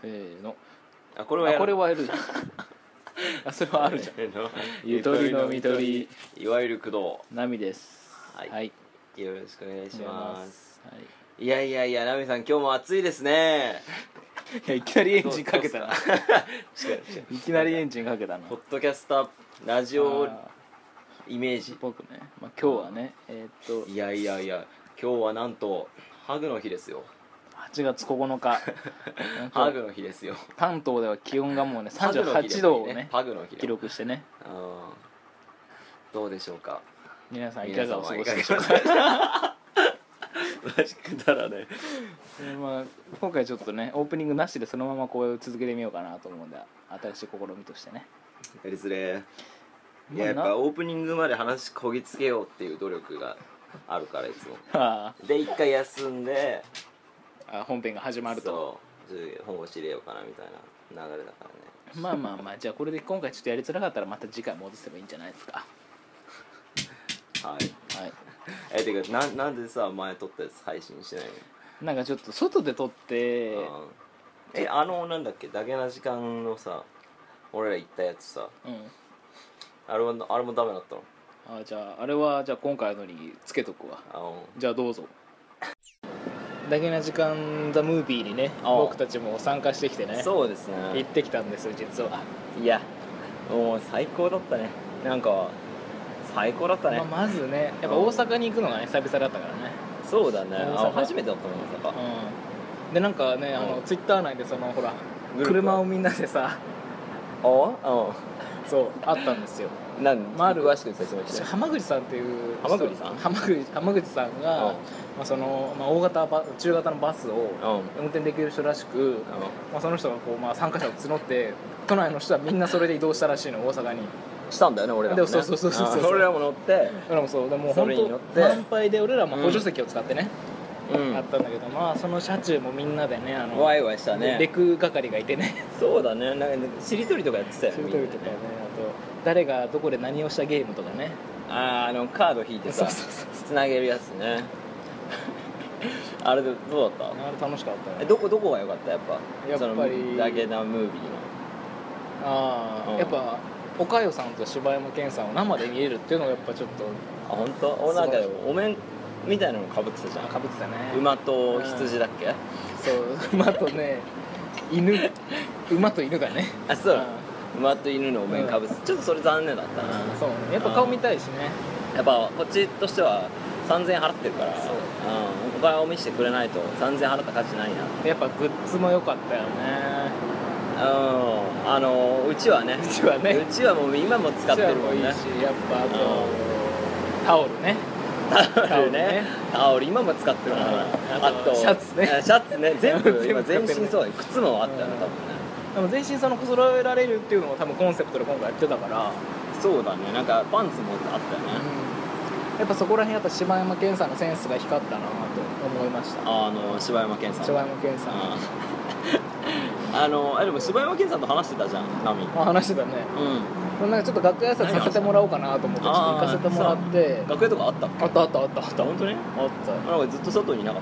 せーの。 これはやる。 これはやるじゃんそれはあるじゃんゆとりのみとり、 いわゆる工藤ナミです。 はい、よろしくお願いします。 はい、 いやナミさん今日も暑いですね。 いきなりエンジンかけたないきなりエンジンかけたな。 ポッドキャスターラジオイメージ僕ね、今日はねいや今日はなんとハグの日ですよ。 8月9日ハグの日ですよ。 関東では気温がもうね38度をね記録してね。 どうでしょうか皆さん、いかがお過ごしでしょうかマジくだらね今回ちょっとねオープニングなしでそのままこう続けてみようかなと思うんで、新しい試みとしてね。 やりづれいや、やっぱオープニングまで話こぎつけようっていう努力があるからいつもで一回休んで本編が始まると本腰入れようかなみたいな流れだからね。 まあじゃあこれで今回ちょっとやりづらかったらまた次回戻せばいいんじゃないですか。 はいてかなんでさ前撮ったやつ配信してないの？ なんかちょっと外で撮ってなんだっけだけな時間のさ俺ら行ったやつさ、あれもダメだったの？ じゃああれは今回のにつけとくわ。じゃあどうぞ。だけな時間ザムービーにね僕たちも参加してきてね。 そうですね、 行ってきたんです実は。 いやもう最高だったね。なんか最高だったね。 まずねやっぱ大阪に行くのがね久々だったからね。 そうだね、初めてだったの大阪。 でなんかねツイッター内でそのほら車をみんなでさそうあったんですよ。 詳しく説明して。 浜口さんっていう浜口さんがその大型中型のバスを運転できる人らしく、その人がこう参加者を募って都内の人はみんなそれで移動したらしいの、大阪に。 したんだよね俺らもね。そう俺らも乗って、 俺らもそうでも本当満杯で俺らも補助席を使ってねあったんだけど、その車中もみんなでねワイワイしたね。 レク係がいてね。そうだね、 なんかしりとりとかやってたよ。しりとりとかね、 あと誰がどこで何をしたゲームとかね。 カード引いてさつなげるやつねあれでどうだった？ あれ楽しかったね。 どこが良かった？やっぱりだけなムービーのやっぱ岡代さんと柴山健さんを生で見れるっていうのがやっぱちょっと本当？なんかお面みたいなの被ってたじゃん。 被ってたね。 馬と羊だっけ？ そう馬とね馬と犬だね。 そう馬と犬のお面被ってちょっとそれ残念だったな。 そうやっぱ顔見たいしね。 やっぱこっちとしては3000円払ってるから、お金を見せてくれないと3000円払った価値ないな。 やっぱグッズも良かったよね。 うちはもう今も使ってるもんね。 やっぱあとタオルね。 タオル今も使ってるもん。あとシャツね全部今全身そうだね。靴もあったよね多分ね。 でも全身その揃えられるっていうのも多分コンセプトで今回やってたから。 そうだね、なんかパンツもあったよね。 やっぱそこら辺やっぱ柴山健さんのセンスが光ったなと思いました。 柴山健さん。 でも柴山健さんと話してたじゃん、ナミ。 話してたね。なんかちょっと楽屋挨拶させてもらおうかなと思って行かせてもらって。 楽屋とかあったっけ？あった本当に？あった。 なんかずっと外にいなかった？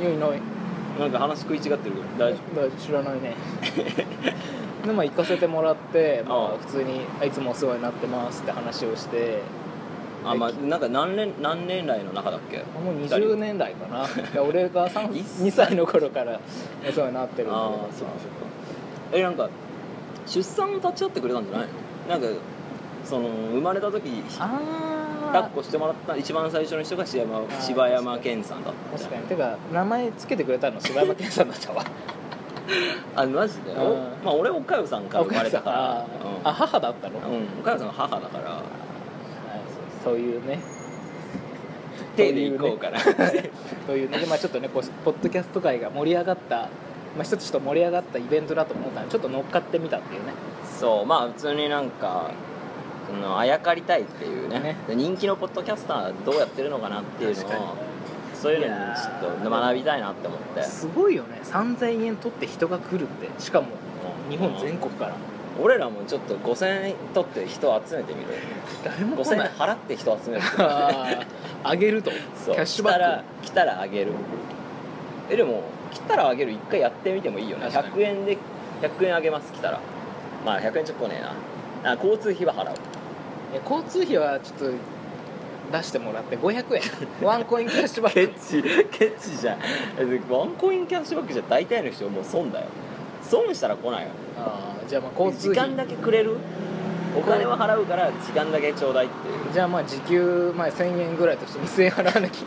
いない。なんか話食い違ってるけど大丈夫？ 知らないねで行かせてもらって普通にいつもお世話になってますって話をして。 なんか何年来の中だっけ？ もう20年来かな。俺が2歳の頃からお世話になってるんで。 そうか。なんか出産を立ち会ってくれたんじゃないの？なんかその生まれた時抱っこしてもらった一番最初の人が柴山健さんだった。 確かに。てか名前つけてくれたの柴山健さんだったわマジで？俺岡代さんから生まれたから。 母だったの？ 岡代さんが母だから。 そういうね手でいこうかなというね。ちょっとねポッドキャスト界が盛り上がった一つ盛り上がったイベントだと思ったのでちょっと乗っかってみたっていうね。 そう普通になんかあやかりたいっていうね人気のポッドキャスターどうやってるのかなっていうのをそういうのにちょっと学びたいなって思って。 すごいよね。3000円取って人が来るって、しかも日本全国から。 俺らもちょっと5000円取って人を集めてみる。 誰も来ない。 5000円払って人を集めるあげると。キャッシュバック来たらあげる。でも来たらあげる一回やってみてもいいよね。100円で 100円あげます来たら。まあ100円ちょっと来ねえな。交通費は払う。 交通費はちょっと出してもらって500円ワンコインキャッシュバックケチじゃん。ワンコインキャッシュバックじゃ大体の人もう損だよ。損したら来ないよ。 じゃあまあ交通費時間だけくれる。お金は払うから時間だけちょうだいっていう。 じゃあまあ時給前1000円ぐらいとして2000円払わなきゃ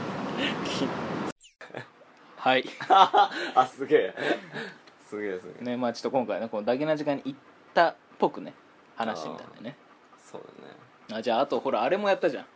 はいあ、すげえね。まあちょっと今回ねこのダゲな時間に行ったっぽくね話してみたんだよね。 そうだね。 じゃああとほらあれもやったじゃん。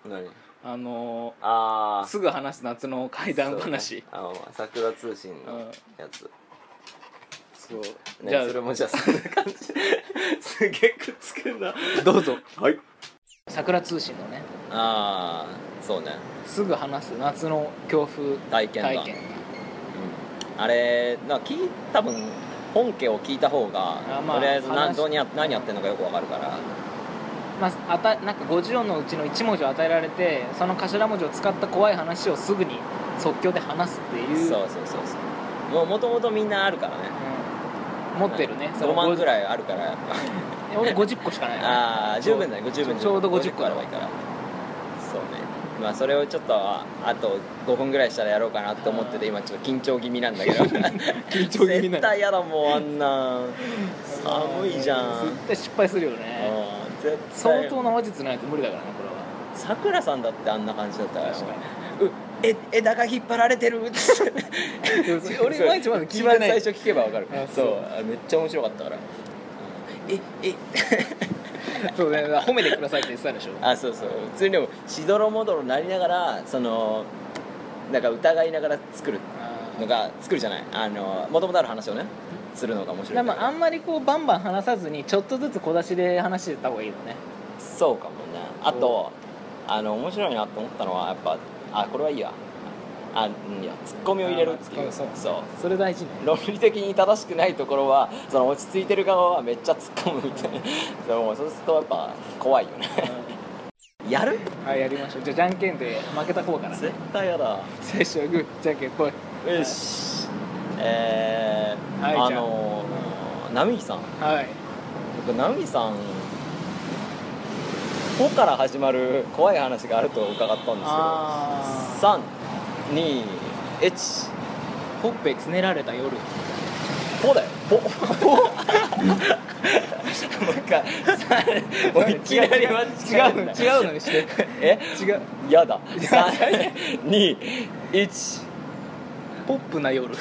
何？ すぐ話す夏の怪談話、 ね、桜通信のやつ、 そう、 ね、 じゃあそれもじゃあそんな感じすげえくっつくんだ。 どうぞ。 はい。 桜通信のね、 そうね、 すぐ話す夏の恐怖体験、あれ多分本家を聞いた方が、とりあえず何やってんのかよくわかるから、 なんか50音のうちの1文字を与えられて、その頭文字を使った怖い話をすぐに即興で話すっていう。そうもともとみんなあるからね、 持ってるね。 5万ぐらいあるからやっぱ俺50個しかない。 十分だね。十分ちょうど50個あればいいから。そうね。まあそれをちょっとあと5分ぐらいしたらやろうかなって思ってて、今ちょっと緊張気味なんだけど緊張気味絶対やだもん、あんな寒いじゃん。 絶対失敗するよね。相当な話術ないと無理だからね、これは。 さくらさんだってあんな感じだったから。枝が引っ張られてるって俺毎日まだ聞いてない。 一番最初聞けば分かる。そうめっちゃ面白かったから。 そうね、褒めてくださいって言ってたでしょ。 そう普通にでもしどろもどろなりながらなんか疑いながら作るじゃない、もともとある話をねするのが面白い。 あんまりこうバンバン話さずにちょっとずつ小出しで話してた方がいいよね。 そうかもね。あと面白いなと思ったのはやっぱこれはいいや、ツッコミを入れるっていう。 それ大事ね。 論理的に正しくないところは落ち着いてる側はめっちゃ突っ込むみたいなそうするとやっぱ怖いよねやる？ やりましょう。じゃあじゃんけんで負けた方からね。 絶対やだ。 最初はグーじゃんけんぽい。 よし。波さん。僕波さん「ポ」から始まる怖い話があると伺ったんですけど、3、2、1。 ほっぺつねられた夜。 ポだよ。ポもう一回もういきなり違うのにして。違う。 やだ。3、2、1。 ポップな夜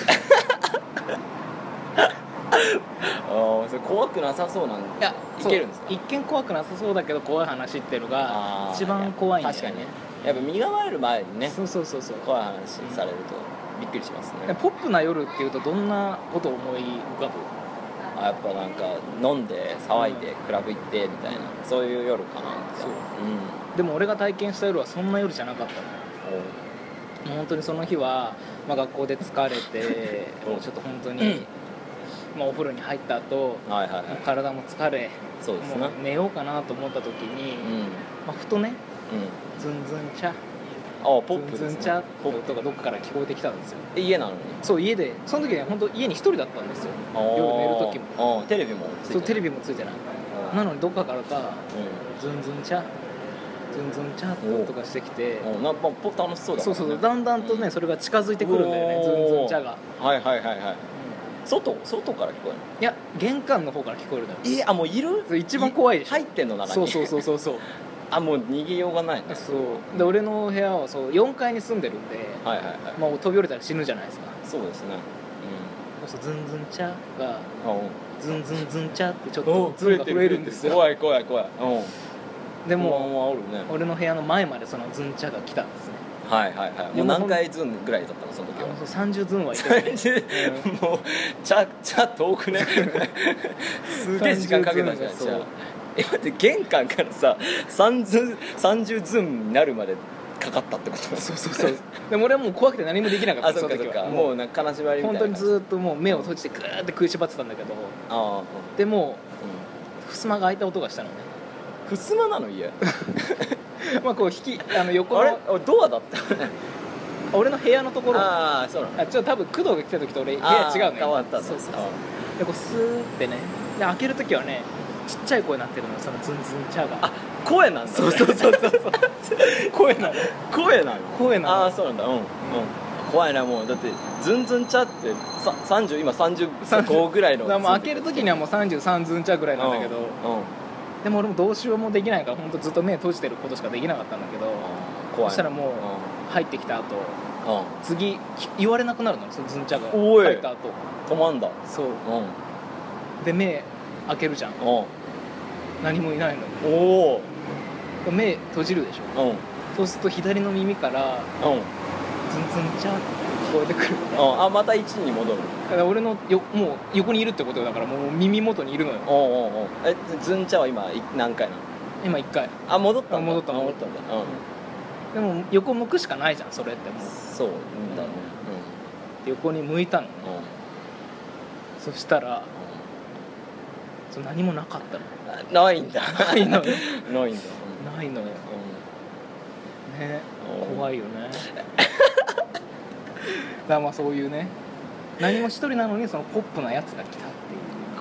それ怖くなさそうなんで。いけるんですか？ 一見怖くなさそうだけど怖い話っていうのが一番怖いんだよね。 確かにね。やっぱ身構える前にね、 そう怖い話されるとびっくりしますね。 ポップな夜っていうとどんなことを思い浮かぶ？ やっぱなんか飲んで騒いでクラブ行ってみたいな、そういう夜かな。 でも俺が体験した夜はそんな夜じゃなかったの。もう本当にその日は、学校で疲れてちょっと本当に、お風呂に入った後、体も疲れ、 そうですね、 もう寝ようかなと思った時に、ふとね、ズンズンチャポップですね、 ズンズンチャって音がどっかから聞こえてきたんですよ。 家なのに？ そう、家で、その時ね、本当家に一人だったんですよ。夜寝る時も。 テレビもついてない。 そう、テレビもついてない。なのにどっかからか、ズンズンチャズンズンチャって音がしてきて、 楽しそうだね。 そうだんだんとね、それが近づいてくるんだよね、ズンズンチャが。外から聞こえる？いや、玄関の方から聞こえるのよ。 もういる？ 一番怖いでしょ。 入ってんの中に。 そうもう逃げようがないね。 そうで、俺の部屋は4階に住んでるんで、飛び降りたら死ぬじゃないですか。 そうですね。 ズンズンチャがズンズンズンチャってちょっとズンが増えるんですよ。 怖い。 でも俺の部屋の前までそのズンチャが来たんですね。 もう何回ズンぐらいだったのその時は？ 30ズンはいてもうチャ遠くねすげえ時間かけたじゃん。待って、玄関からさ30ズンになるまでかかったってこと？ そうでも俺はもう怖くて何もできなかった。 その時はもうなんか金縛りみたいな。 本当にずっともう目を閉じてグーって食いしばってたんだけど、でも襖が開いた音がしたのね。 襖なの家？ こう横のあれドアだった俺の部屋のところ。 そうなの。 多分工藤が来た時と俺部屋違うのよ。 変わった。 でこうスーってね、で開けるときはねちっちゃい声になってるのよ、そのズンズンチャが。 あ、声なんだ、 そう声なの。 声なの。 声なの。 ああ、そうなんだ。うん、うん、怖いな。もうだってズンズンチャって30、今35ぐらいの。 だからもう開けるときにはもう33ズンチャぐらいなんだけど、でも俺もどうしようもできないから本当ずっと目閉じてることしかできなかったんだけど、 怖い。 そしたらもう入ってきた後、次言われなくなるの、そのズンチャがおい入った後止まんだ。 そう、で目開けるじゃん、何もいないのに。 おお、 目閉じるでしょ、そうすると左の耳からズンズンチャって聞こえてくる。 あ、また1に戻る。 だから俺のもう横にいるってことだから、もう耳元にいるのよ。 ズンチャは今何回なの？ 今1回。 あ、戻ったんだ。 戻ったんだ。でも横向くしかないじゃん、それってもう。 そうだね。 横に向いたのね。そしたら何もなかったの。 ないんだ。 ないのよ。 ないんだ。 ないのよ。ね、怖いよね。だからまあそういうね、何も一人なのにそのポップなやつが来たっていう。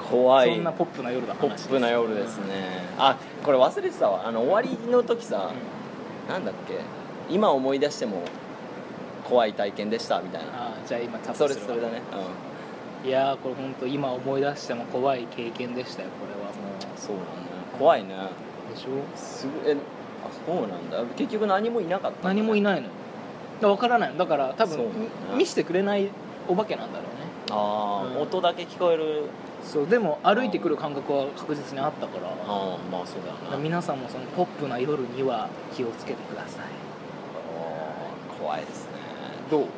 怖い。 そんなポップな夜だ。 ポップな夜ですね。あ、これ忘れてたわ。終わりの時さ、なんだっけ、今思い出しても怖い体験でしたみたいな。 じゃあ今タップそれする。 それだね。 いやー、これ本当今思い出しても怖い経験でしたよ、これはもう。 そうなんだ。怖いね。 でしょ。 すごい。あ、そうなんだ。結局何もいなかった。 何もいないのよ。分からないのだから多分、見せてくれないお化けなんだろうね。 音だけ聞こえる。 そう、でも歩いてくる感覚は確実にあったから。 まあそうだよな。 皆さんもそのポップな夜には気をつけてください。 怖いですね。 どう？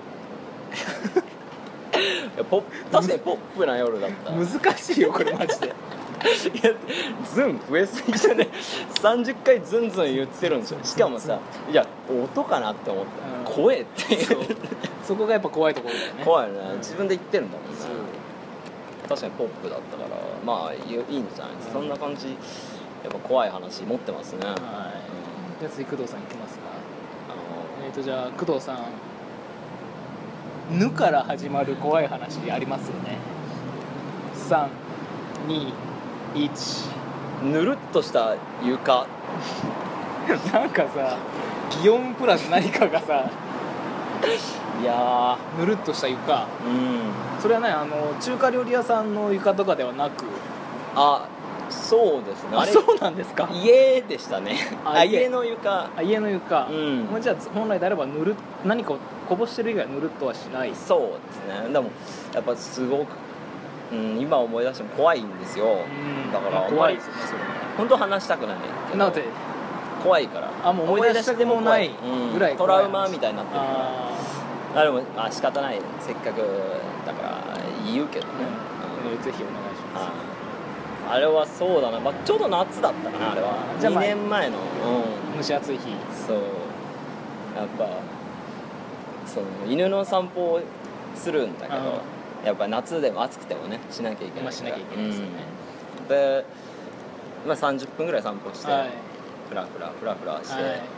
確かにポップな夜だった。 難しいよこれマジで。 いや、ズン増えすぎじゃね。30回ズンズン言ってるんですよ。しかもさ、いや音かなって思った、声っていう。 そこがやっぱ怖いところだよね。 怖いね、自分で言ってるんだもんね。確かにポップだったから、まあいいんじゃないですか、そんな感じ。やっぱ怖い話持ってますね。 じゃあ次工藤さんいきますか。じゃあ工藤さん、ぬから始まる怖い話ありますよね。3、2、1。 ぬるっとした床。 なんかさ、擬音プラス何かがさ、いやー、ぬるっとした床。それはね、中華料理屋さんの床とかではなく。 そうですね。 あ、そうなんですか。 家でしたね。家の床。 家の床。じゃあ本来であれば何かをこぼしてる以外ぬるっとはしない。 そうですね。でもやっぱすごく、今思い出しても怖いんですよ。だから怖いですよね、それ。 本当話したくないけど。なので怖いから。 もう思い出したくもないぐらいトラウマみたいになってるから。でも仕方ない。せっかくだから言うけどね。 ぜひお願いします。 あれはそうだな、ちょうど夏だったかな、あれは。2年前の蒸し暑い日。 そう、やっぱ犬の散歩をするんだけど、やっぱ夏でも暑くてもねしなきゃいけないから。 しなきゃいけないですよね。 で、30分ぐらい散歩して、フラフラして、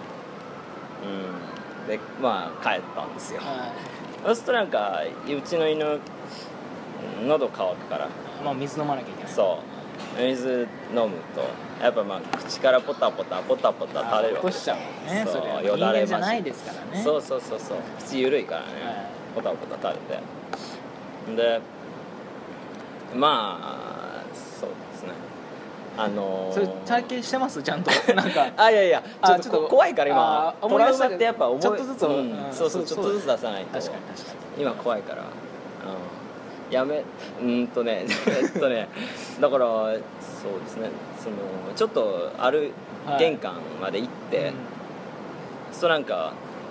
で帰ったんですよ。そうするとなんかうちの犬喉乾くから、 水飲まなきゃいけない。 そう、水飲むとやっぱ口からポタポタ垂れるわけ。 落としちゃうもんね。それは人間じゃないですからね。 そう口緩いからね、ポタポタ垂れて。でそうですね、 それ体験してますちゃんと。なんかいやちょっと怖いから今。トラウマってやっぱちょっとずつ、 ちょっとずつ出さないと。 確かに今怖いから。だからそうですね、ちょっと玄関まで行って、そうなんか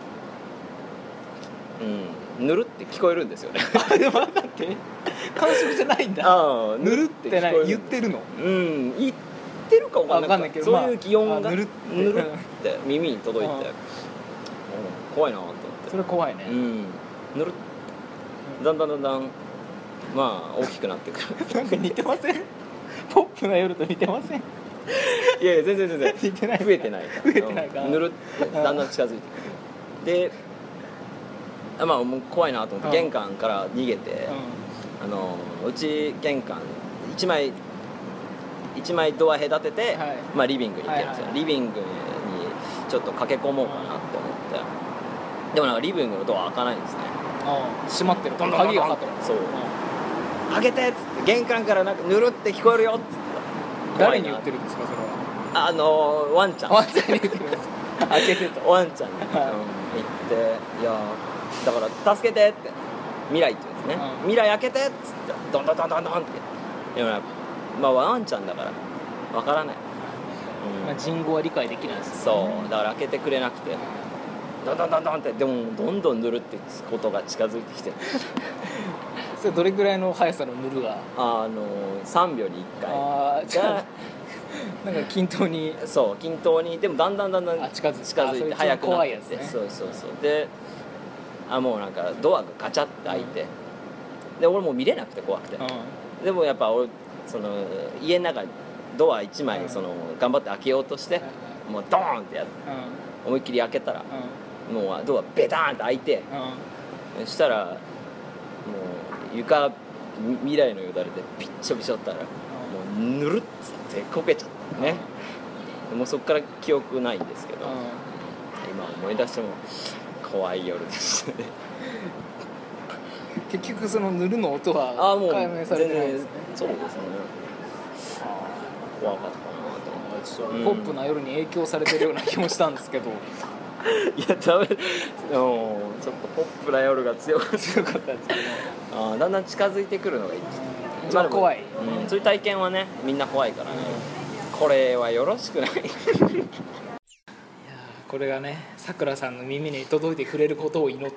ぬるって聞こえるんですよね。 でもだって感触じゃないんだ。ぬるって言ってるの。 言ってるか分かんないけど、そういう擬音がぬるって耳に届いて、怖いなと思って。 それ怖いね。 ぬるだんだん大きくなってくる。 なんか似てません？ポップな夜と似てません？ いや全然似てない。 増えてないか。ぬるってだんだん近づいてくる。でもう怖いなと思って玄関から逃げて、うち玄関 1枚ドア隔てて、 はいまあ、リビングに行けるんですよ、 はいはいはいリビングにちょっと駆け込もうかなって思って、でもなんかリビングのドア開かないんですね。 閉まってる、鍵がかかってる。 そう、開けてっつって玄関からなんかぬるって聞こえるよっつって。 誰に言ってるんですかそれは。 ワンちゃんワンちゃんに言ってるんですか。開けてと。 ワンちゃんに、行っていやだから助けてって未来って言うんですね、未来開けてっつってドンドンドンドンドンって。でもまあワンちゃんだからわからない、 まあ、人語は理解できないです、ね、 そうだから開けてくれなくてドンドンドンドンって、でもどんどん塗るってことが近づいてきてそれどれぐらいの速さの塗るが 3秒に1回じゃあなんか均等にそう均等に、でもだんだん近づいて速くなって、 怖いやつね。 そうでもうなんかドアがガチャって開いて、で俺もう見れなくて怖くて、でもやっぱ俺その家の中ドア1枚頑張って開けようとして、もうドーンってやって、思いっきり開けたら、もうドアベターンって開いて、そしたらもう床未来のよだれでピッチョピチョったら、もうぬるっつってこけちゃってね、もうそっから記憶ないんですけど、今思い出しても怖い夜でしたね結局その塗るの音は解明されてないですね。 そうですね、怖かったなと思って、 ポップな夜に影響されてるような気もしたんですけどいやダメ、ちょっとポップな夜が強かったですけどだんだん近づいてくるのがいい、 一番怖い、 そういう体験はねみんな怖いからね、これはよろしくないいやこれがねさくらさんの耳に届いてくれることを祈って。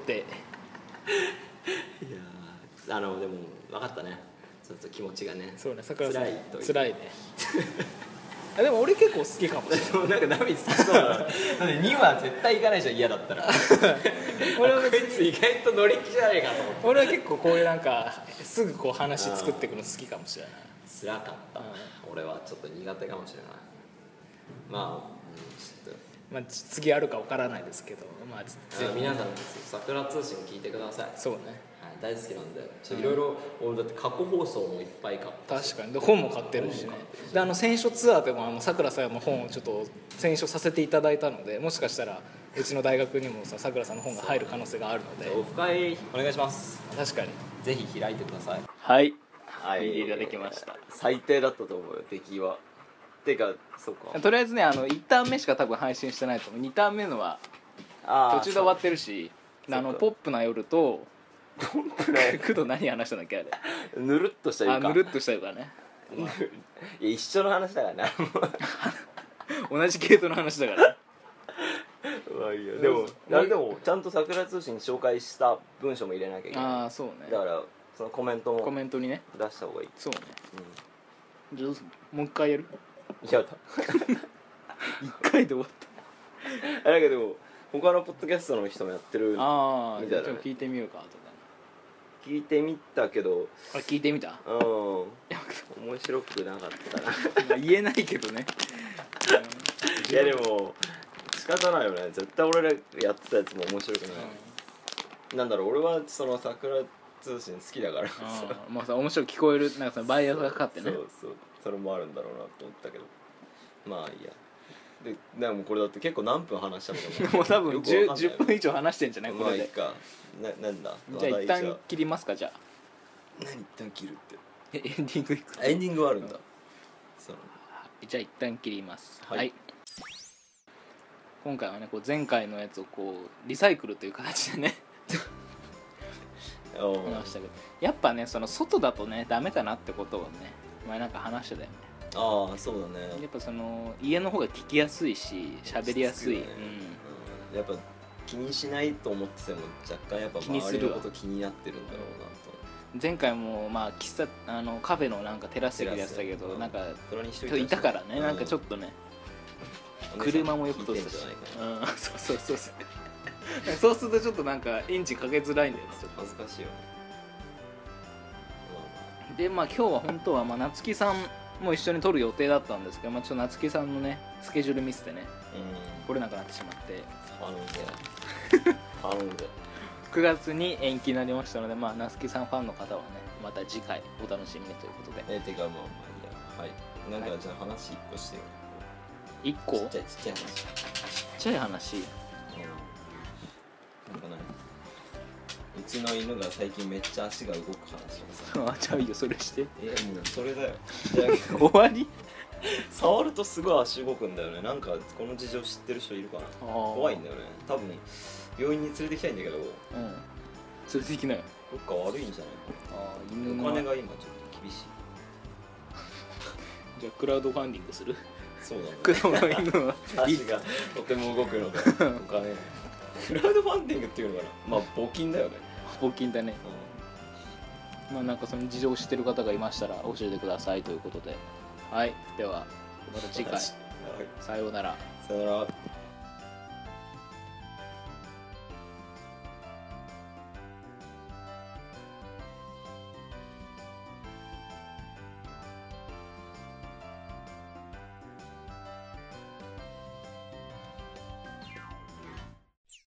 いやでも分かったね、ちょっと気持ちがね、 そうね、さくらさんつらいねでも俺結構好きかもしれない。 なんか涙つきそうだなだって2は絶対行かないじゃん、嫌だったら俺はこいつ意外と乗り気じゃないかと思って、 俺は結構こういうなんかすぐこう話作っていくの好きかもしれない。 辛かった、俺はちょっと苦手かもしれない。まあちょっと次あるか分からないですけど、 皆さん桜通信聞いてください。 そうね、 大好きなんでいろいろ、俺だって過去放送もいっぱい買った。 確かに、で本も買ってるしね。で選書ツアーでもさくらさんの本をちょっと選書させていただいたので、もしかしたらうちの大学にもさくらさんの本が入る可能性があるので、 オフ会お願いします。 確かにぜひ開いてください。 はい、 見ていただきました。最低だったと思うよ、出来は。てかそうか、 とりあえずね1ターン目しか多分配信してないと思う。2ターン目のは途中で終わってるし、ポップな夜と工藤何話したんだっけあれ。 ぬるっとした床。 ぬるっとした床ね。 いや一緒の話だからね同じ系統の話だからでもちゃんと桜通信に紹介した文章も入れなきゃいけない。 そうね、 だからそのコメントにね出した方がいい。 そうね、じゃあもう一回やる。 やだ一回で終わっただけど他のポッドキャストの人もやってるみたいな、ね、 じゃあ聞いてみようかとか。 聞いてみたけど、 聞いてみた。 面白くなかったな言えないけどねいやでも仕方ないよね、絶対俺らやってたやつも面白くない、なんだろう、俺はその桜通信好きだからまあさ面白く聞こえる、なんかそのバイアスがかかってね。 そうそれもあるんだろうなと思ったけど、まあいいや。でもこれだって結構何分話したのかもう多分 10分以上話してんじゃないこれで。 まあいいか。なんだじゃあ一旦切りますか。じゃあ何一旦切るってエンディングいく。 エンディングはあるんだ。 じゃあ一旦切ります。 はい、 今回はねこう前回のやつをこうリサイクルという形でね話したけど、やっぱねその外だとねダメかなってことをね前なんか話してたよね。 そうだね。 やっぱその家の方が聞きやすいし喋りやすい、 やっぱ気にしないと思ってても若干やっぱ周りのこと気になってるんだろうなと。 前回もまあカフェのなんかテラス席でやってたけど、なんかいたからね、なんかちょっとね車もよく通ってたし、そうそうするとちょっとなんかエンジンかけづらいんだよね。ちょっと恥ずかしいよね。 でまあ今日は本当は夏木さんも一緒に撮る予定だったんですけど、ちょっと夏木さんのねスケジュールミスでね来れなくなってしまって、 頼んで 9月に延期になりましたので、夏木さんファンの方はねまた次回お楽しみにということで。 てかまあまあいいや。はい。なんかじゃあ話1個してよ。 1個？ ちっちゃい話。 ちっちゃい話。 なんかないうちの犬が最近めっちゃ足が動く話をさ。 あ、じゃあいいよ、それして。 もうそれだよ。じゃあ終わり？ 触るとすごい足動くんだよね。なんかこの事情知ってる人いるかな。怖いんだよね。多分病院に連れてきたいんだけど。 連れてきなよ。 どっか悪いんじゃない？お金が今ちょっと厳しい。 じゃあクラウドファンディングする？ そうだね。 クラウドファンディングは足がとても動くのでお金。クラウドファンディングっていうのかな。まあ募金だよね。 募金だね。まあなんかその事情を知ってる方がいましたら教えてくださいということで。はい。ではまた次回。さようなら。 さようなら。